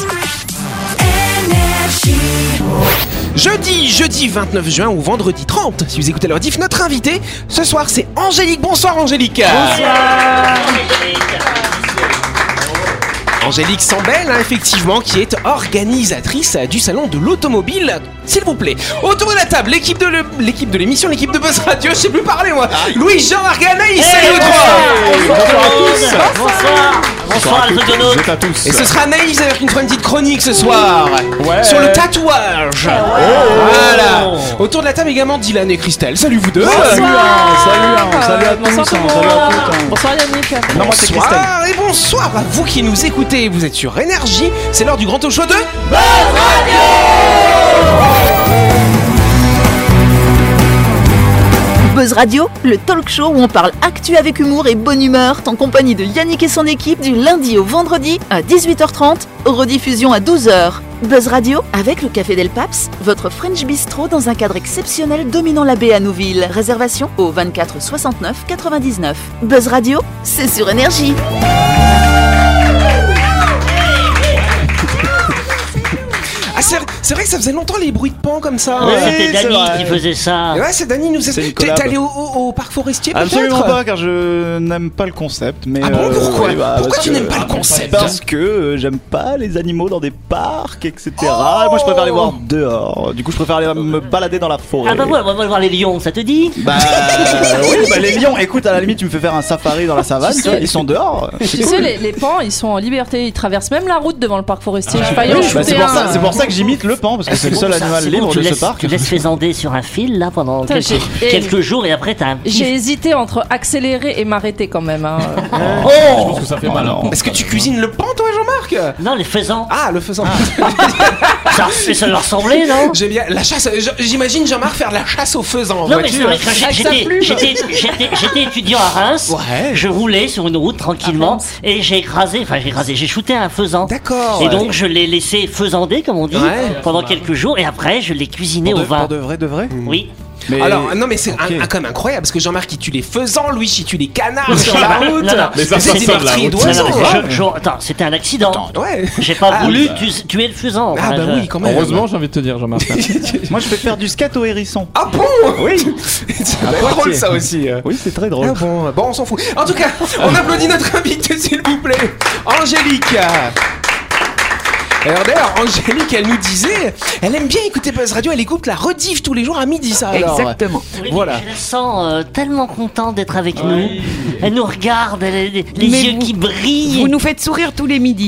Jeudi 29 juin ou vendredi 30, si vous écoutez leur diff, notre invité ce soir c'est Angélique. Bonsoir Angélique. Bonsoir. Angélique Sambel, effectivement, qui est organisatrice du salon de l'automobile. S'il vous plaît, autour de la table, l'équipe de l'émission, l'équipe de Buzz Radio, je sais plus parler moi. Louis, Jean-Marc et Anaïs, salut aux trois. Bonsoir à tous. Bonsoir à tous. Et ce sera Anaïs d'ailleurs qui nous fera une petite chronique ce soir sur le tatouage. Voilà. Autour de la table également Dylan et Christelle. Salut vous deux. Salut à tous. Bonsoir Salut à toutes. Bonsoir Yannick. Non, moi c'est Christelle. Bonsoir et bonsoir à vous qui nous écoutez. Vous êtes sur Énergie. C'est l'heure du grand talk show de Buzz Radio. Buzz Radio, le talk show où on parle actu avec humour et bonne humeur, en compagnie de Yannick et son équipe du lundi au vendredi à 18h30, rediffusion à 12h. Buzz Radio avec le Café Del Paps, votre French Bistro dans un cadre exceptionnel dominant la baie à Nouville. Réservation au 24 69 99. Buzz Radio, c'est sur Énergie. C'est vrai que ça faisait longtemps les bruits de pan comme ça. Ouais, c'était Dany qui faisait ça. Ouais, c'est Dany. T'es allé au parc forestier peut-être? Absolument pas, car je n'aime pas le concept. Mais ah bon, pourquoi pourquoi tu n'aimes pas le concept? Parce que j'aime pas les animaux dans des parcs, etc. Moi je préfère les voir dehors. Du coup je préfère aller me balader dans la forêt. Ah bah ouais, on va voir les lions, ça te dit? Bah oui, bah les lions, écoute, à la limite tu me fais faire un safari dans la savane, tu vois, ils sont dehors. Tu sais, les pans ils sont en liberté, ils traversent même la route devant le parc forestier. C'est pour ça que j'imite le pan, parce que c'est le seul animal libre de ce parc. Tu laisses faisander sur un fil là pendant quelques jours et après t'as un petit... J'ai hésité entre accélérer et m'arrêter quand même. Je pense que ça fait mal. Est-ce que tu cuisines le pan toi Jean-Marc? Non, les faisans. Ah, le faisan. Ça leur ressemblait, non? J'aime bien la chasse. J'imagine Jean-Marc faire la chasse aux faisans. Non mais c'est vrai que j'étais étudiant à Reims. Ouais. Je roulais sur une route tranquillement et j'ai shooté un faisan. D'accord. Et donc je l'ai laissé faisander comme on dit pendant quelques jours et après je l'ai cuisiné au vin. Pour de vrai. Oui. Mais... Alors, non, mais c'est quand même incroyable parce que Jean-Marc il tue les faisans, Louis il tue les canards sur la route. Non. Mais ça c'est des meurtriers d'oiseaux. Attends, c'était un accident. Ouais. J'ai pas voulu tuer le faisan. Ah bah oui, quand même. Heureusement, j'ai envie de te dire, Jean-Marc. Moi je peux faire du scat au hérisson. Ah bon? Oui. C'est drôle ça aussi. Oui, c'est très drôle. Ah bon, on s'en fout. En tout cas, on applaudit notre invité s'il vous plaît, Angélique. Alors d'ailleurs, Angélique, elle nous disait, elle aime bien écouter Buzz Radio, elle écoute la rediff tous les jours à midi, ça alors. Exactement. Voilà. Je la sens tellement contente d'être avec nous. Elle nous regarde, elle a les yeux qui brillent. Vous nous faites sourire tous les midis.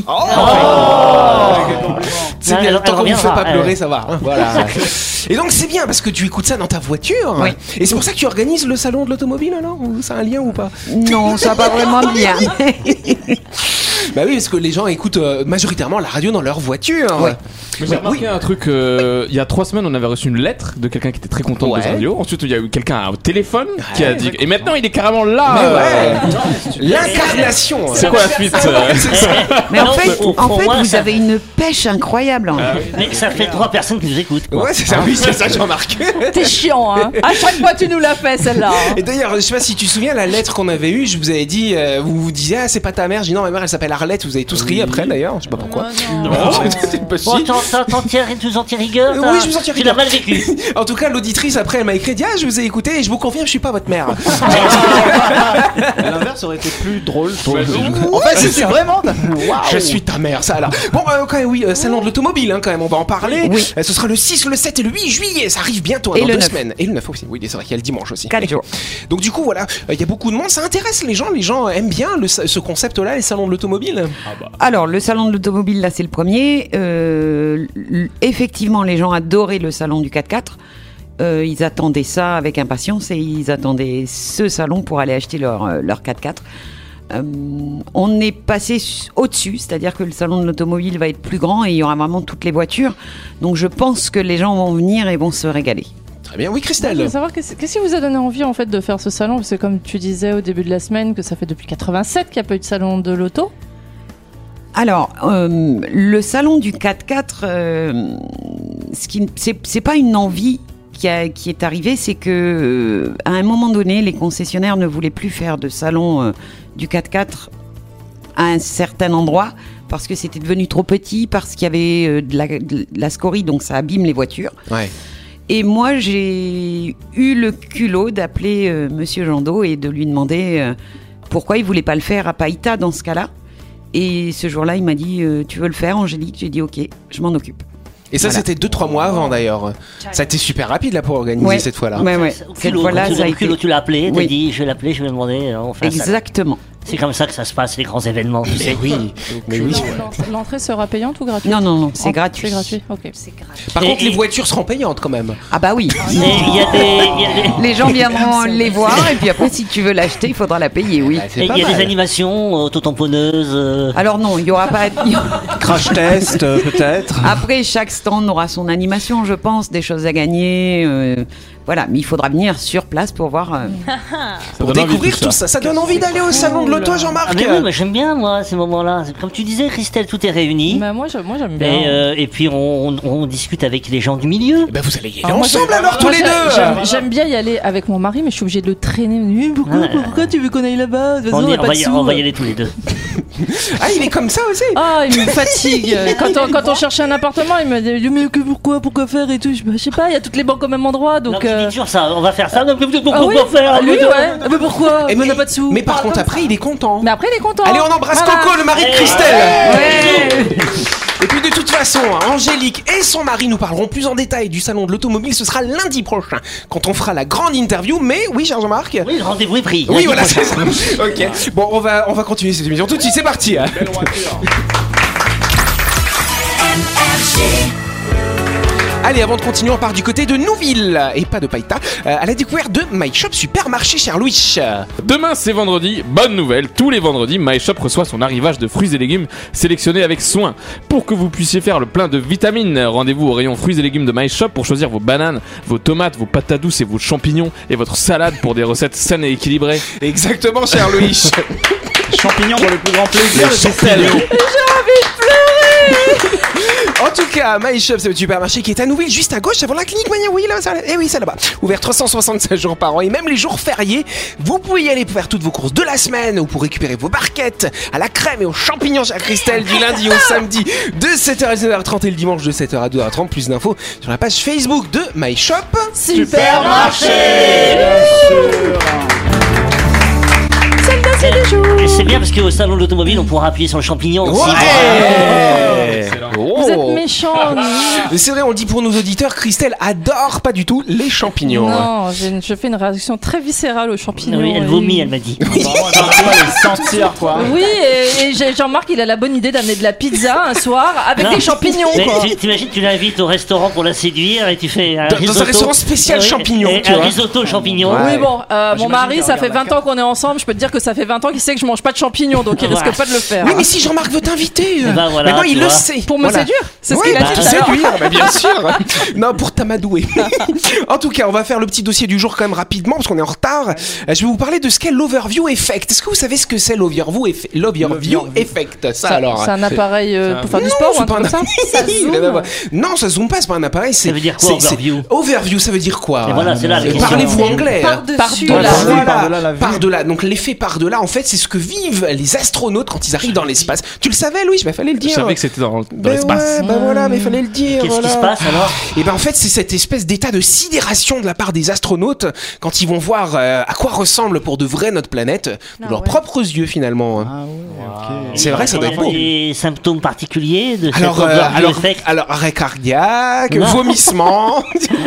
C'est bien, tant qu'on vous fait pas pleurer, ça va. Hein, voilà. Et donc c'est bien parce que tu écoutes ça dans ta voiture. Oui. Et c'est pour ça que tu organises le salon de l'automobile alors? Ou ça a un lien ou pas? Non, ça va pas vraiment bien. Bah oui, parce que les gens écoutent majoritairement la radio dans leur voiture. Oui. Mais j'ai remarqué un truc, il y a 3 semaines on avait reçu une lettre de quelqu'un qui était très content de Buzz Radio. Ensuite il y a eu quelqu'un au téléphone qui a dit, et maintenant il est carrément là. L'incarnation. C'est quoi la suite? Mais en fait, moi, vous ça- avez une pêche incroyable. Mais ça fait 3 personnes qui nous écoutent. Quoi. Ouais, c'est ça, oui, c'est ça, Jean-Marc. T'es chiant, hein. À chaque fois tu nous l'as fait celle-là. Et d'ailleurs, je sais pas si tu te souviens la lettre qu'on avait eue, je vous avais dit, vous vous disiez, ah, c'est pas ta mère. J'ai dit, non, ma mère elle s'appelle Arlette, vous avez tous ri après d'ailleurs, je sais pas pourquoi. Non. C'est pas si. Bon, tu nous en tires rigueur? Oui, je vous en tire Tu l'as rigueur. mal vécu. En tout cas, l'auditrice après, elle m'a écrit, ah, je vous ai écouté et je vous confirme, je suis pas votre mère. L'inverse aurait été plus drôle. En fait, c'est vraiment. Je suis ta mère, ça alors. Bon, quand même, oui, salon de l'automobile, hein, quand même, on va en parler. Oui. Ce sera le 6, le 7 et le 8 juillet, ça arrive bientôt, Et dans le 2 9. semaines. Et le 9 aussi, oui, c'est vrai qu'il y a le dimanche aussi. 4 jours. Donc, du coup, voilà, il y a beaucoup de monde, ça intéresse les gens aiment bien ce concept-là, les salons de l'automobile. Alors, le salon de l'automobile, là, c'est le premier. Effectivement, les gens adoraient le salon du 4x4. Ils attendaient ça avec impatience et ils attendaient ce salon pour aller acheter leur 4x4. On est passé au-dessus, c'est-à-dire que le salon de l'automobile va être plus grand et il y aura vraiment toutes les voitures. Donc je pense que les gens vont venir et vont se régaler. Très bien, oui, Je Christelle. veux savoir qu'est-ce qui vous a donné envie en fait de faire ce salon, parce que comme tu disais au début de la semaine que ça fait depuis 87 qu'il n'y a pas eu de salon de l'auto. Alors, le salon du 4x4, c'est pas une envie qui est arrivée, c'est que à un moment donné, les concessionnaires ne voulaient plus faire de salon du 4x4 à un certain endroit parce que c'était devenu trop petit, parce qu'il y avait de la scorie, donc ça abîme les voitures. Ouais. Et moi, j'ai eu le culot d'appeler Monsieur Jandot et de lui demander pourquoi il voulait pas le faire à Païta dans ce cas-là. Et ce jour-là, il m'a dit tu veux le faire, Angélique? J'ai dit ok, je m'en occupe. Et ça, c'était 2-3 mois avant d'ailleurs. Ça a été super rapide là pour organiser cette fois-là. Ouais. Cette fois-là, tu l'as appelé, t'as dit je vais l'appeler, je vais demander. Exactement. C'est comme ça que ça se passe, les grands événements. Tu sais. Mais oui. L'entrée sera payante ou gratuite? Non, c'est gratuit. C'est gratuit, ok. Par contre, les voitures seront payantes quand même. Ah bah oui. Il y a des... Les gens viendront les voir et puis après, si tu veux l'acheter, il faudra la payer, oui. Et il y a des animations auto-tamponneuses. Alors non, il y aura pas. Crash test, peut-être. Après, chaque stand aura son animation, je pense, des choses à gagner. Voilà, mais il faudra venir sur place pour voir. Pour découvrir tout ça. Ça donne envie d'aller au salon de l'auto, Jean-Marc. Ah mais oui, mais j'aime bien moi ces moments-là. Comme tu disais, Christelle, tout est réuni. Bah moi j'aime bien. Et puis on discute avec les gens du milieu. Ben vous allez y aller ensemble alors tous les deux. J'aime bien y aller avec mon mari, mais je suis obligée de le traîner. Pourquoi tu veux qu'on aille là-bas? On va y aller tous les deux. Ah, il est comme ça aussi. Ah, il me fatigue. Quand on cherchait un appartement, il me dit mais pourquoi faire et tout. Je sais pas, il y a toutes les banques au même endroit, donc. Tu dis toujours ça, on va faire ça. Pourquoi faire lui, ouais. Mais pourquoi? Mais on n'a pas de sous. Mais par contre, après, il est content. Mais après, il est content. Allez, on embrasse Coco, le mari de Christelle. Et puis de toute façon, Angélique et son mari nous parleront plus en détail du salon de l'automobile. Ce sera lundi prochain, quand on fera la grande interview. Mais oui, cher Jean-Marc. Oui, le rendez-vous est pris. Oui, voilà, c'est ça. Ok. Bon, on va continuer cette émission tout de suite. C'est parti. Allez, avant de continuer, on part du côté de Nouville et pas de Païta, à la découverte de My Shop Supermarché, cher Louis. Demain, c'est vendredi. Bonne nouvelle. Tous les vendredis, My Shop reçoit son arrivage de fruits et légumes sélectionnés avec soin. Pour que vous puissiez faire le plein de vitamines, rendez-vous au rayon fruits et légumes de My Shop pour choisir vos bananes, vos tomates, vos patates douces et vos champignons et votre salade pour des recettes saines et équilibrées. Exactement, cher Louis. Champignons pour le plus grand plaisir. J'ai envie de pleurer. En tout cas, My Shop, c'est le supermarché qui est à Nouville, juste à gauche, avant la clinique Mania. Oui, là, c'est là-bas. Ouvert 365 jours par an et même les jours fériés. Vous pouvez y aller pour faire toutes vos courses de la semaine ou pour récupérer vos barquettes à la crème et aux champignons chez Christelle du lundi au samedi de 7h à 9h30 et le dimanche de 7h à 2h30. Plus d'infos sur la page Facebook de My Shop Supermarché. Et c'est bien parce qu'au salon de l'automobile, on pourra appuyer sur le champignon aussi. Vous êtes méchants. C'est vrai, on le dit pour nos auditeurs, Christelle adore pas du tout les champignons. Non, je fais une réaction très viscérale aux champignons. Oui, elle vomit, elle m'a dit. On va les sentir, quoi. Oui, et Jean-Marc, il a la bonne idée d'amener de la pizza un soir avec des champignons. Mais t'imagines, tu l'invites au restaurant pour la séduire et tu fais un risotto. Dans un restaurant spécial champignons, tu vois. Un risotto champignons. Oui, bon, mon mari, ça fait 20 ans qu'on est ensemble. Je peux te dire que ça fait 20 ans qu'il sait que je mange pas de champignons, donc il risque pas de le faire. Oui, mais si Jean-Marc veut t'inviter, voilà, maintenant il le sait. Pour me séduire, c'est ce qu'il a dit. Séduire, bien sûr. Non, pour t'amadouer. En tout cas, on va faire le petit dossier du jour quand même rapidement parce qu'on est en retard. Je vais vous parler de ce qu'est l'Overview Effect. Est-ce que vous savez ce que c'est l'Overview Effect? Ça alors. C'est un appareil pour faire du sport ou un truc comme ça? Ça zoome. Non, ça zoome pas, c'est pas un appareil. Ça veut dire quoi, Overview? Overview, ça veut dire quoi? Et voilà, c'est là la question. Parlez-vous anglais? Par-delà. Par-delà. Donc l'effet par-delà, en fait, c'est ce que vivent les astronautes quand ils arrivent dans l'espace. Tu le savais, Louis? Fallait le dire. Je savais que c'était dans l'espace. Ouais, voilà, mais fallait le dire. Qu'est-ce qui se passe alors? Et ben en fait, c'est cette espèce d'état de sidération de la part des astronautes quand ils vont voir à quoi ressemble pour de vrai notre planète de leurs propres yeux finalement. Ah ouais, ok. C'est vrai, ça doit être beau. Des symptômes particuliers de Alors, cet Overview Effect? alors arrêt cardiaque, vomissement.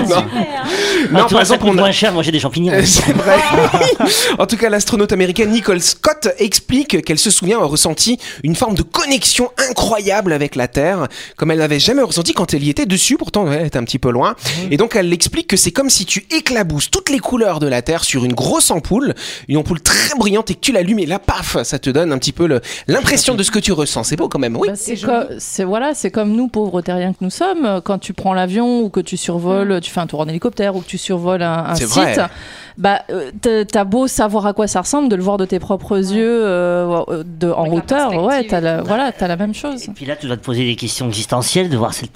Non, par exemple, on moins cher, manger des champignons. C'est vrai. En tout cas, l'astronaute américaine Nicole Scott explique qu'elle se souvient avoir ressenti une forme de connexion incroyable avec la Terre, comme elle n'avait jamais ressenti quand elle y était dessus. Pourtant, elle était un petit peu loin. Et donc, elle explique que c'est comme si tu éclabousses toutes les couleurs de la Terre sur une grosse ampoule, une ampoule très brillante, et que tu l'allumes et là, paf, ça te donne un petit peu l'impression de ce que tu ressens. C'est beau quand même, oui. C'est comme nous, pauvres terriens que nous sommes, quand tu prends l'avion ou que tu survoles, tu fais un tour en hélicoptère ou que tu survoles un site. Vrai. Bah, t'as beau savoir à quoi ça ressemble, de le voir de tes propres yeux en hauteur, t'as la même chose. Et puis là, tu dois te poser des questions existentielles, de voir cette planète bleue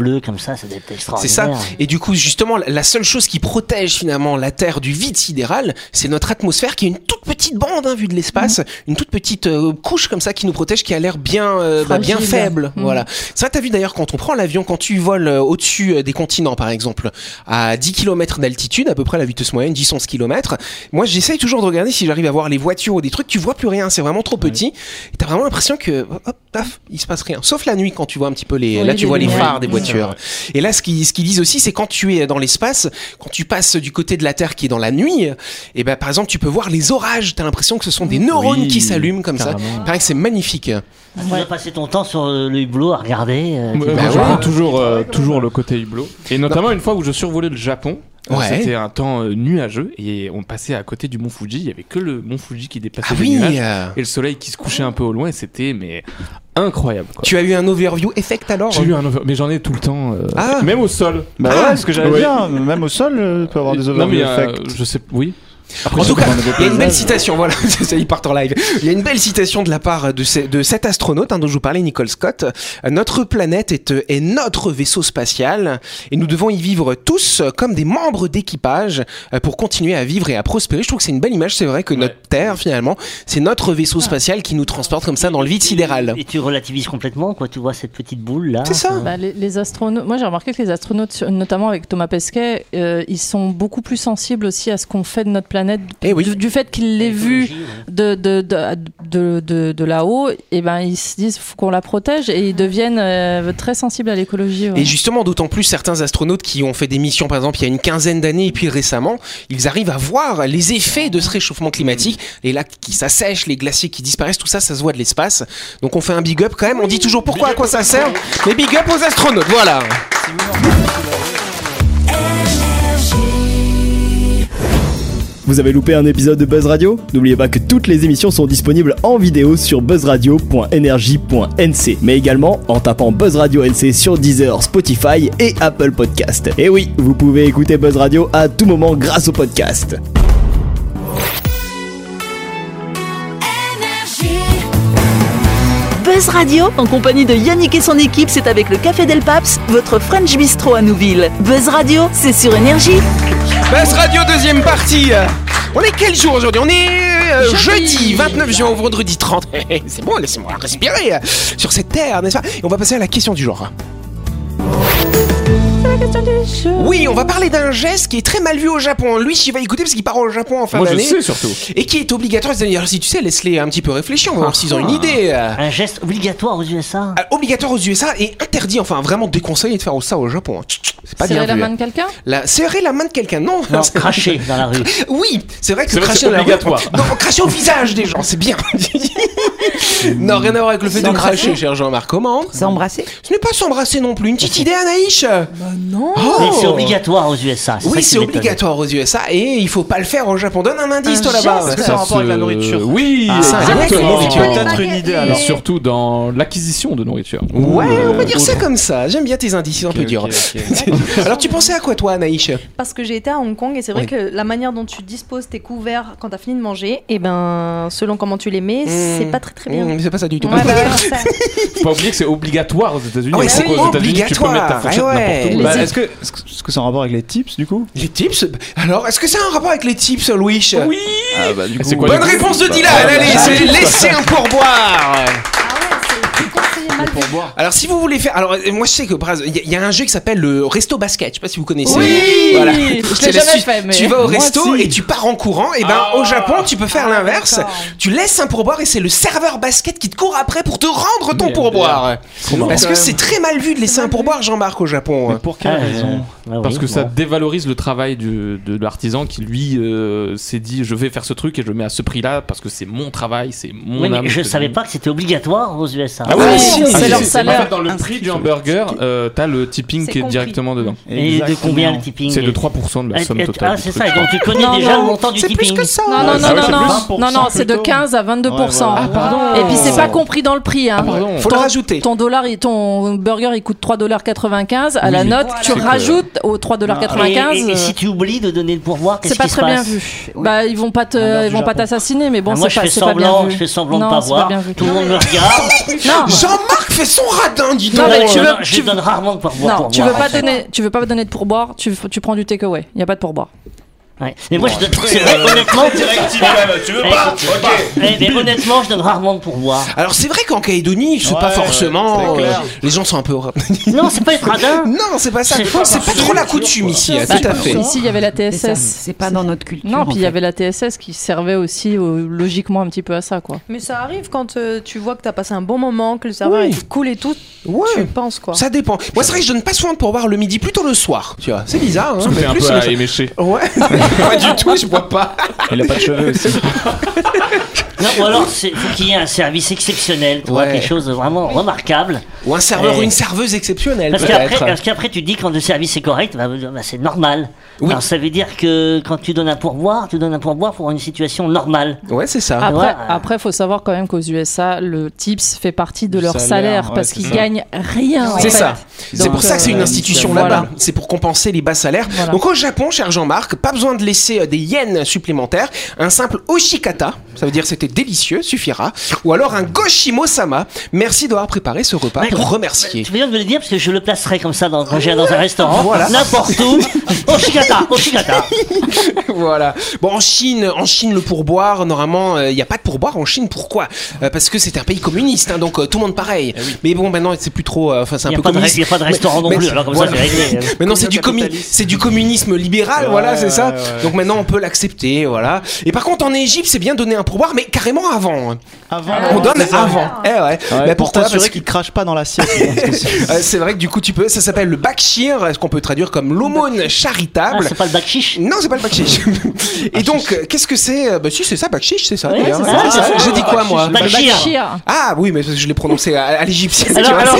bleu comme ça doit être C'est extraordinaire. ça. Et du coup, justement, la seule chose qui protège finalement la Terre du vide sidéral, c'est notre atmosphère qui est une toute petite bande vue de l'espace, une toute petite couche comme ça qui nous protège, qui a l'air bien faible. Voilà. Ça, t'as vu d'ailleurs quand on prend l'avion, quand tu voles au-dessus des continents par exemple, à 10 km d'altitude, à peu près la vitesse moyenne, 10-11 km, moi j'essaye toujours de regarder si j'arrive à voir les voitures ou des trucs, tu vois plus rien, c'est vraiment trop petit. Et t'as vraiment l'impression que, hop, taf, il se passe rien. Sauf la nuit quand tu vois un petit peu là tu vois les phares des voitures. Et là, ce qu'ils disent aussi, c'est quand tu es dans l'espace, quand tu passes du côté de la Terre qui est dans la nuit, et ben par exemple, tu peux voir les orages. T'as l'impression que ce sont des neurones qui s'allument comme ça. Il paraît que c'est magnifique. Tu vas passer ton temps sur le hublot à regarder. Je prends toujours le côté hublot. Et notamment une fois où je survolais le Japon. C'était un temps nuageux et on passait à côté du mont Fuji. Il y avait que le mont Fuji qui dépassait les nuages et le soleil qui se couchait un peu au loin. Et c'était incroyable. Quoi. Tu as eu un overview effect alors? J'ai eu un overview, mais j'en ai tout le temps. Même au sol. Ouais, ce que j'allais dire. Même au sol, peut avoir des overview effect. Je sais, oui. Après, en tout cas, il y a une belle citation, voilà, ça y part en live. Il y a une belle citation de la part de cet astronaute dont je vous parlais, Nicole Scott. Notre planète est notre vaisseau spatial et nous devons y vivre tous comme des membres d'équipage pour continuer à vivre et à prospérer. Je trouve que c'est une belle image, c'est vrai que notre Terre, finalement, c'est notre vaisseau spatial qui nous transporte comme ça dans le vide sidéral. Et tu relativises complètement, quoi. Tu vois cette petite boule là. C'est ça. Les astronautes, moi j'ai remarqué que les astronautes, notamment avec Thomas Pesquet, ils sont beaucoup plus sensibles aussi à ce qu'on fait de notre planète. Du fait qu'ils l'aient vu de là-haut, et ben ils se disent faut qu'on la protège et ils deviennent très sensibles à l'écologie. Ouais. Et justement, d'autant plus certains astronautes qui ont fait des missions, par exemple, il y a une quinzaine d'années et puis récemment, ils arrivent à voir les effets de ce réchauffement climatique, les lacs qui s'assèchent, les glaciers qui disparaissent, tout ça, ça se voit de l'espace. Donc on fait un big up quand même. On dit toujours pourquoi, à quoi ça sert. Mais big up aux astronautes, voilà. Vous avez loupé un épisode de Buzz Radio? N'oubliez pas que toutes les émissions sont disponibles en vidéo sur buzzradio.energie.nc, mais également en tapant Buzz Radio NC sur Deezer, Spotify et Apple Podcast. Et oui, vous pouvez écouter Buzz Radio à tout moment grâce au podcast. Buzz Radio, en compagnie de Yannick et son équipe, c'est avec le Café Del Paps, votre French Bistro à Nouville. Buzz Radio, c'est sur Énergie. Buzz Radio, deuxième partie. On est quel jour aujourd'hui? On est jeudi 29 juin au vendredi 30. C'est bon, laissez-moi respirer sur cette terre, n'est-ce pas? Et on va passer à la question du jour. Oui, on va parler d'un geste qui est très mal vu au Japon. Lui, il va écouter parce qu'il part au Japon en fin d'année. Moi, je sais surtout. Et qui est obligatoire. C'est-à-dire, si tu sais, laisse-les un petit peu réfléchir. On va voir s'ils ont une idée. Un geste obligatoire aux USA. Obligatoire aux USA et interdit, enfin vraiment déconseillé de faire ça au Japon. C'est pas bien vu. Serrer la main de quelqu'un? Serrer la main de quelqu'un, non. Cracher dans la rue. Oui, c'est vrai que cracher dans la rue. Obligatoire. Non, cracher au visage des gens, c'est bien. Non, rien à voir avec le fait de cracher, cher Jean-Marc. Comment? S'embrasser? Ce n'est pas s'embrasser non plus. Une petite idée, Anaïs? Non. Mais c'est obligatoire aux USA. Oui, c'est obligatoire aux USA et il faut pas le faire au Japon. Donne un indice, toi là-bas. Est-ce que ça a un rapport avec la nourriture? Oui, exactement. Peut-être une idée alors. Surtout dans l'acquisition de nourriture. Ouais, on peut dire ça comme ça. J'aime bien tes indices, c'est un peu dur. Alors, tu pensais à quoi, toi, Anaïs? Parce que j'ai été à Hong Kong et c'est vrai que la manière dont tu disposes tes couverts quand t'as fini de manger, et ben, selon comment tu les mets, c'est pas très très bien. Mais c'est pas ça du tout. Ouais, Faut pas oublier que c'est obligatoire aux États-Unis. Ah ouais, c'est aux États-Unis, tu peux mettre ta fourchette obligatoire. n'importe où. Est-ce que ça a un rapport avec les tips du coup? Les tips? Alors, est-ce que ça a un rapport avec les tips, Louis? Oui. Ah bah du coup. C'est quoi, Bonne réponse de Dylan. Allez, c'est laisser un pourboire. Alors si vous voulez faire, alors moi je sais que il y a un jeu qui s'appelle le Resto Basket, je sais pas si vous connaissez. Oui, voilà. je l'ai jamais fait. Mais tu vas au resto aussi. et tu pars en courant. Et ben au Japon tu peux faire l'inverse. D'accord. Tu laisses un pourboire et c'est le serveur basket qui te court après pour te rendre ton pourboire. Parce que c'est très mal vu de laisser un pourboire, Jean-Marc, au Japon. Mais pour quelle raison? Parce que ça dévalorise le travail de l'artisan qui lui s'est dit je vais faire ce truc et je le mets à ce prix-là parce que c'est mon travail, c'est mon âme. Mais je savais pas que c'était obligatoire aux USA. Ah oui, c'est leur salaire. En fait, dans le prix du hamburger, t'as le tipping qui est directement dedans. Et de combien le tipping? C'est de 3% de la somme totale. Ah, c'est ça, et donc tu connais déjà le montant du tipping. C'est plus que ça. Non, c'est de 15 à 22%. Ah, pardon. Et puis c'est pas compris dans le prix. Hein. Faut le rajouter. Ton burger il coûte $3,95. À la note, tu rajoutes aux $3,95. Et si tu oublies de donner le pourboire, qu'est-ce c'est pas qui se très bien passe? vu. Bah ils vont pas t'assassiner, mais bon, Moi c'est je fais pas bien semblant, vu. je fais semblant de Non, pas c'est voir. bien vu. Tout le monde me regarde. Non. Jean-Marc, Jean-Marc fait son radin, dis donc. Non, mais Je donne rarement de pourboire. Non, tu veux pas donner de pourboire, tu prends du takeaway. Il y a pas de pourboire. Ouais. Mais moi, c'est vrai, honnêtement. Tu veux pas? Mais honnêtement, je donne rarement de pourboire. Alors c'est vrai qu'en Calédonie, c'est pas forcément. Les gens sont un peu. Non, c'est pas être radin. Non, c'est pas ça. C'est pas trop la coutume ici. Tout à fait. Ici, il y avait la TSS. C'est pas dans notre culture. Non, puis il y avait la TSS qui servait aussi logiquement un petit peu à ça, quoi. Mais ça arrive quand tu vois que t'as passé un bon moment, que le serveur est cool et tout. Ouais. Tu penses quoi? Ça dépend. Moi, c'est vrai que je donne pas soin de pourboire le midi, plutôt le soir. Tu vois, c'est bizarre. Ça fait un peu à émécher. Ouais. Pas du tout, je bois pas. Il a pas de cheveux aussi. Non, ou alors, faut qu'il y ait un service exceptionnel, tu vois, quelque chose de vraiment remarquable. Ou un serveur ou une serveuse exceptionnelle. Parce qu'après, tu dis quand le service est correct, c'est normal. Oui. Alors ça veut dire que quand tu donnes un pourboire pour une situation normale. Ouais, c'est ça. Après, faut savoir quand même qu'aux USA, le tips fait partie de leur salaire parce qu'ils gagnent rien. C'est ça. Donc, c'est pour ça que c'est une institution là-bas. Voilà. C'est pour compenser les bas salaires. Voilà. Donc au Japon, cher Jean-Marc, pas besoin de laisser des yens supplémentaires. Un simple oshikata, ça veut dire c'était délicieux, suffira. Ou alors un goshimo-sama. Merci d'avoir préparé ce repas pour remercier. Tu viens de me le dire parce que je le placerai comme ça quand j'irai dans un restaurant. Voilà. N'importe où. Oshikata. Voilà. Bon, en Chine, le pourboire, normalement, il n'y a pas de pourboire en Chine. Pourquoi? Parce que c'est un pays communiste, donc tout le monde pareil. Mais bon, maintenant, c'est plus trop. C'est un peu communiste. Il n'y a pas de restaurant non plus, alors comme ça, c'est réglé. Maintenant, c'est du communisme libéral, voilà, c'est ça. Donc maintenant, on peut l'accepter, voilà. Et par contre, en Égypte, c'est bien donner un pourboire, mais carrément avant. On donne avant. Mais pour t'assurer qu'il crache pas dans l'assiette. C'est vrai que du coup, tu peux. Ça s'appelle le bakshir, ce qu'on peut traduire comme l'aumône charitable. C'est pas le bakshish? Non, c'est pas le bakshish. Et donc, qu'est-ce que c'est? Bah si, c'est ça, bakshish, c'est ça. J'ai dit quoi, moi? Bakshir. Ah oui, mais je l'ai prononcé à l'égyptienne. Alors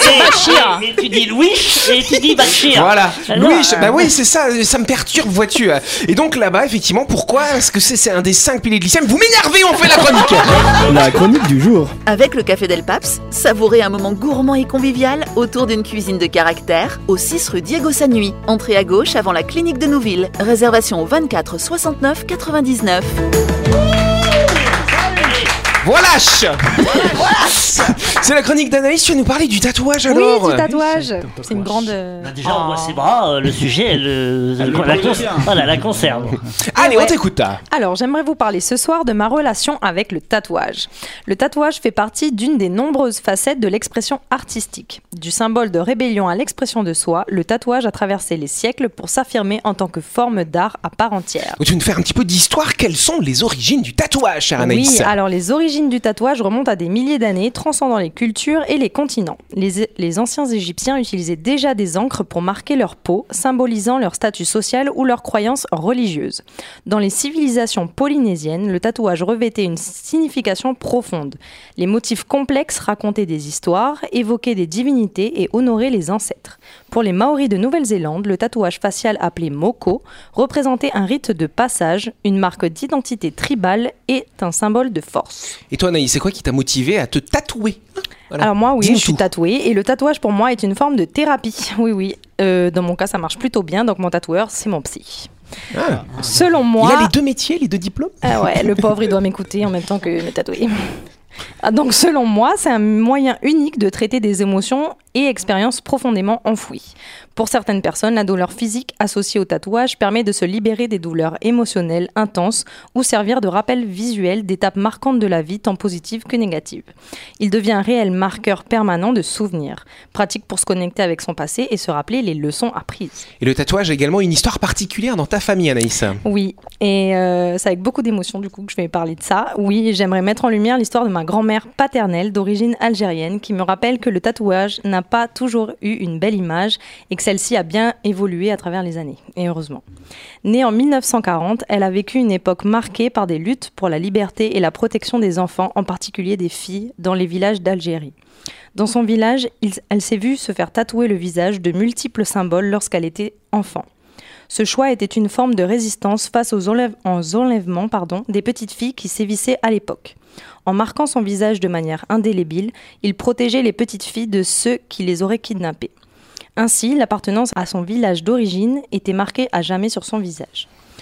tu dis Louis et tu dis Bakshir. Voilà. Louis, bah oui, c'est ça. Ça me perturbe, vois-tu. Et donc là-bas, effectivement, pourquoi est-ce que c'est un des 5 piliers de l'islam? Vous m'énervez, on fait la chronique. La chronique du jour. Avec le Café Del Paps, savourez un moment gourmand et convivial autour d'une cuisine de caractère au 6 rue Diego Sanui. Entrée à gauche avant la clinique de Nouville. Réservation au 24 69 99. Voilà. C'est la chronique d'Anaïs. Tu vas nous parler du tatouage alors? Oui, du tatouage. C'est une grande. Déjà, on voit ses bras, le sujet, la conserve. Allez, on t'écoute. Alors, j'aimerais vous parler ce soir de ma relation avec le tatouage. Le tatouage fait partie d'une des nombreuses facettes de l'expression artistique. Du symbole de rébellion à l'expression de soi, le tatouage a traversé les siècles pour s'affirmer en tant que forme d'art à part entière. Tu veux nous faire un petit peu d'histoire? Quelles sont les origines du tatouage, chère Anaïs? Oui, alors les origines du tatouage remontent à des milliers d'années, transcendant les cultures et les continents. Les anciens Égyptiens utilisaient déjà des encres pour marquer leur peau, symbolisant leur statut social ou leur croyance religieuse. Dans les civilisations polynésiennes, le tatouage revêtait une signification profonde. Les motifs complexes racontaient des histoires, évoquaient des divinités et honoraient les ancêtres. Pour les Maoris de Nouvelle-Zélande, le tatouage facial appelé moko représentait un rite de passage, une marque d'identité tribale et un symbole de force. Et toi, Anaïs, c'est quoi qui t'a motivé à te tatouer? Voilà. Alors moi, oui, je suis tatouée et le tatouage pour moi est une forme de thérapie. Oui. Dans mon cas, ça marche plutôt bien, donc mon tatoueur, c'est mon psy. Selon moi... Il a les deux métiers, les deux diplômes? Ah ouais, le pauvre, il doit m'écouter en même temps que me tatouer. Donc selon moi, c'est un moyen unique de traiter des émotions et expériences profondément enfouies. Pour certaines personnes, la douleur physique associée au tatouage permet de se libérer des douleurs émotionnelles intenses ou servir de rappel visuel d'étapes marquantes de la vie, tant positives que négatives. Il devient un réel marqueur permanent de souvenirs, pratique pour se connecter avec son passé et se rappeler les leçons apprises. Et le tatouage a également une histoire particulière dans ta famille, Anaïs. Oui, et c'est avec beaucoup d'émotion du coup que je vais parler de ça. Oui, j'aimerais mettre en lumière l'histoire de ma grand-mère paternelle d'origine algérienne qui me rappelle que le tatouage n'a pas toujours eu une belle image et que celle-ci a bien évolué à travers les années, et heureusement. Née en 1940, elle a vécu une époque marquée par des luttes pour la liberté et la protection des enfants, en particulier des filles, dans les villages d'Algérie. Dans son village, elle s'est vue se faire tatouer le visage de multiples symboles lorsqu'elle était enfant. Ce choix était une forme de résistance face aux enlèvements des petites filles qui sévissaient à l'époque. En marquant son visage de manière indélébile, il protégeait les petites filles de ceux qui les auraient kidnappées. Ainsi, l'appartenance à son village d'origine était marquée à jamais sur son visage.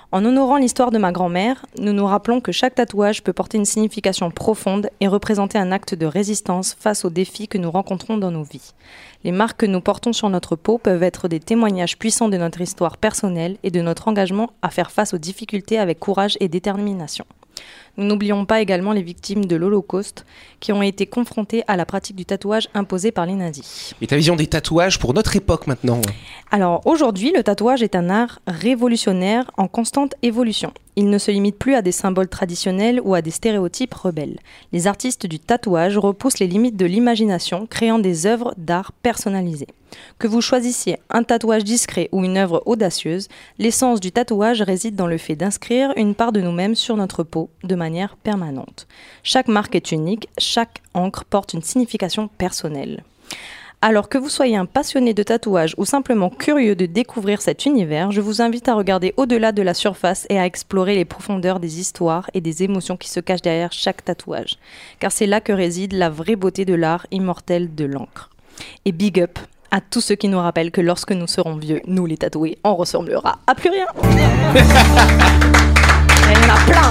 En honorant l'histoire de ma grand-mère, nous nous rappelons que chaque tatouage peut porter une signification profonde et représenter un acte de résistance face aux défis que nous rencontrons dans nos vies. Les marques que nous portons sur notre peau peuvent être des témoignages puissants de notre histoire personnelle et de notre engagement à faire face aux difficultés avec courage et détermination. Nous n'oublions pas également les victimes de l'Holocauste qui ont été confrontées à la pratique du tatouage imposée par les nazis. Et ta vision des tatouages pour notre époque maintenant? Alors aujourd'hui, le tatouage est un art révolutionnaire en constante évolution. Il ne se limite plus à des symboles traditionnels ou à des stéréotypes rebelles. Les artistes du tatouage repoussent les limites de l'imagination, créant des œuvres d'art personnalisées. Que vous choisissiez un tatouage discret ou une œuvre audacieuse, l'essence du tatouage réside dans le fait d'inscrire une part de nous-mêmes sur notre peau de manière permanente. Chaque marque est unique, chaque encre porte une signification personnelle. Alors que vous soyez un passionné de tatouage ou simplement curieux de découvrir cet univers, je vous invite à regarder au-delà de la surface et à explorer les profondeurs des histoires et des émotions qui se cachent derrière chaque tatouage. Car c'est là que réside la vraie beauté de l'art immortel de l'encre. Et big up à tous ceux qui nous rappellent que lorsque nous serons vieux, nous les tatoués, on ressemblera à plus rien. Il y en a plein.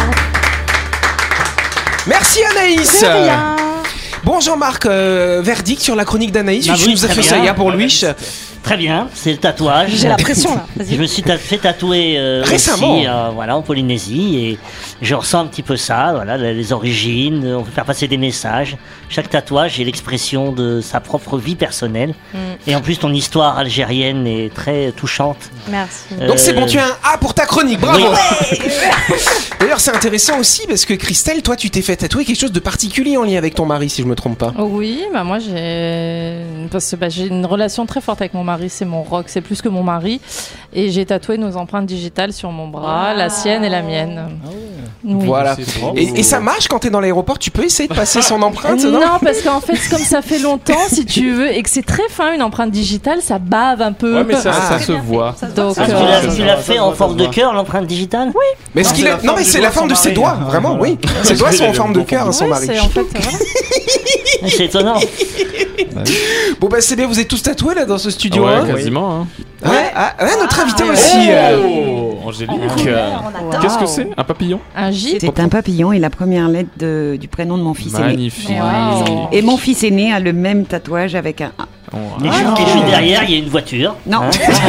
Merci Anaïs. De rien. Bon Jean-Marc, verdict sur la chronique d'Anaïs, tu nous as fait ça hier pour Louis. Très bien, c'est le tatouage. J'ai la pression là. Vas-y. Je me suis fait tatouer récemment aussi, voilà, en Polynésie, et je ressens un petit peu ça, voilà, les origines, on peut faire passer des messages. Chaque tatouage est l'expression de sa propre vie personnelle. Et en plus, ton histoire algérienne est très touchante. Merci. Donc c'est bon, tu as un A pour ta chronique, bravo. Oui. D'ailleurs c'est intéressant aussi parce que Christelle, toi tu t'es fait tatouer quelque chose de particulier en lien avec ton mari, si je me trompe pas. Oui, bah moi j'ai une relation très forte avec mon mari, c'est mon rock, c'est plus que mon mari. Et j'ai tatoué nos empreintes digitales sur mon bras, la sienne et la mienne. Oui. Voilà. Et ça marche quand t'es dans l'aéroport, tu peux essayer de passer son empreinte? Non, parce qu'en fait, comme ça fait longtemps, si tu veux, et que c'est très fin, une empreinte digitale, ça bave un peu. Ouais, mais ça se voit. Donc, tu l'as fait en forme de cœur, l'empreinte digitale? Oui. Mais ce qu'il est... Non, mais c'est la forme de ses doigts, vraiment, oui. Ses doigts sont en forme de cœur, son mari. C'est en fait, voilà. C'est étonnant. Bon bah c'est bien, vous êtes tous tatoués là dans ce studio. Ouais, hein quasiment. Hein. Ouais, notre invité aussi. Oh, Angélique. Qu'est-ce que c'est? Un papillon? Un gîte. C'est un papillon et la première lettre du prénom de mon fils aîné. Magnifique. Wow. Et mon fils aîné a le même tatouage avec un A. Juste derrière, il y a une voiture. Non.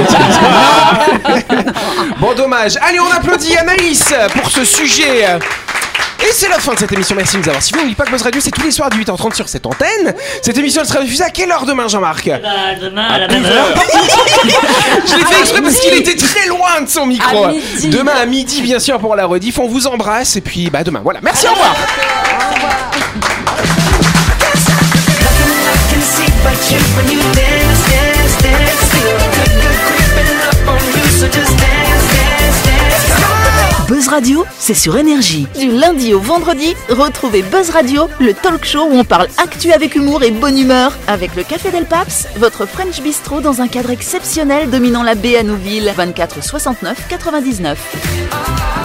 Bon dommage. Allez, on applaudit Anaïs pour ce sujet. Et c'est la fin de cette émission, merci de nous avoir suivis. N'oublie pas que Buzz Radio c'est tous les soirs de 8h30 sur cette antenne. Cette émission elle sera diffusée à quelle heure demain, Jean-Marc? Demain à la même heure. Je l'ai fait exprès parce qu'il était très loin de son micro. À midi. Demain à midi bien sûr pour la rediff. On vous embrasse et puis bah demain. Voilà, merci, au revoir. Buzz Radio, c'est sur Énergie. Du lundi au vendredi, retrouvez Buzz Radio, le talk show où on parle actu avec humour et bonne humeur. Avec le Café Del Paps, votre French Bistro dans un cadre exceptionnel dominant la baie à Nouville. 24 69 99.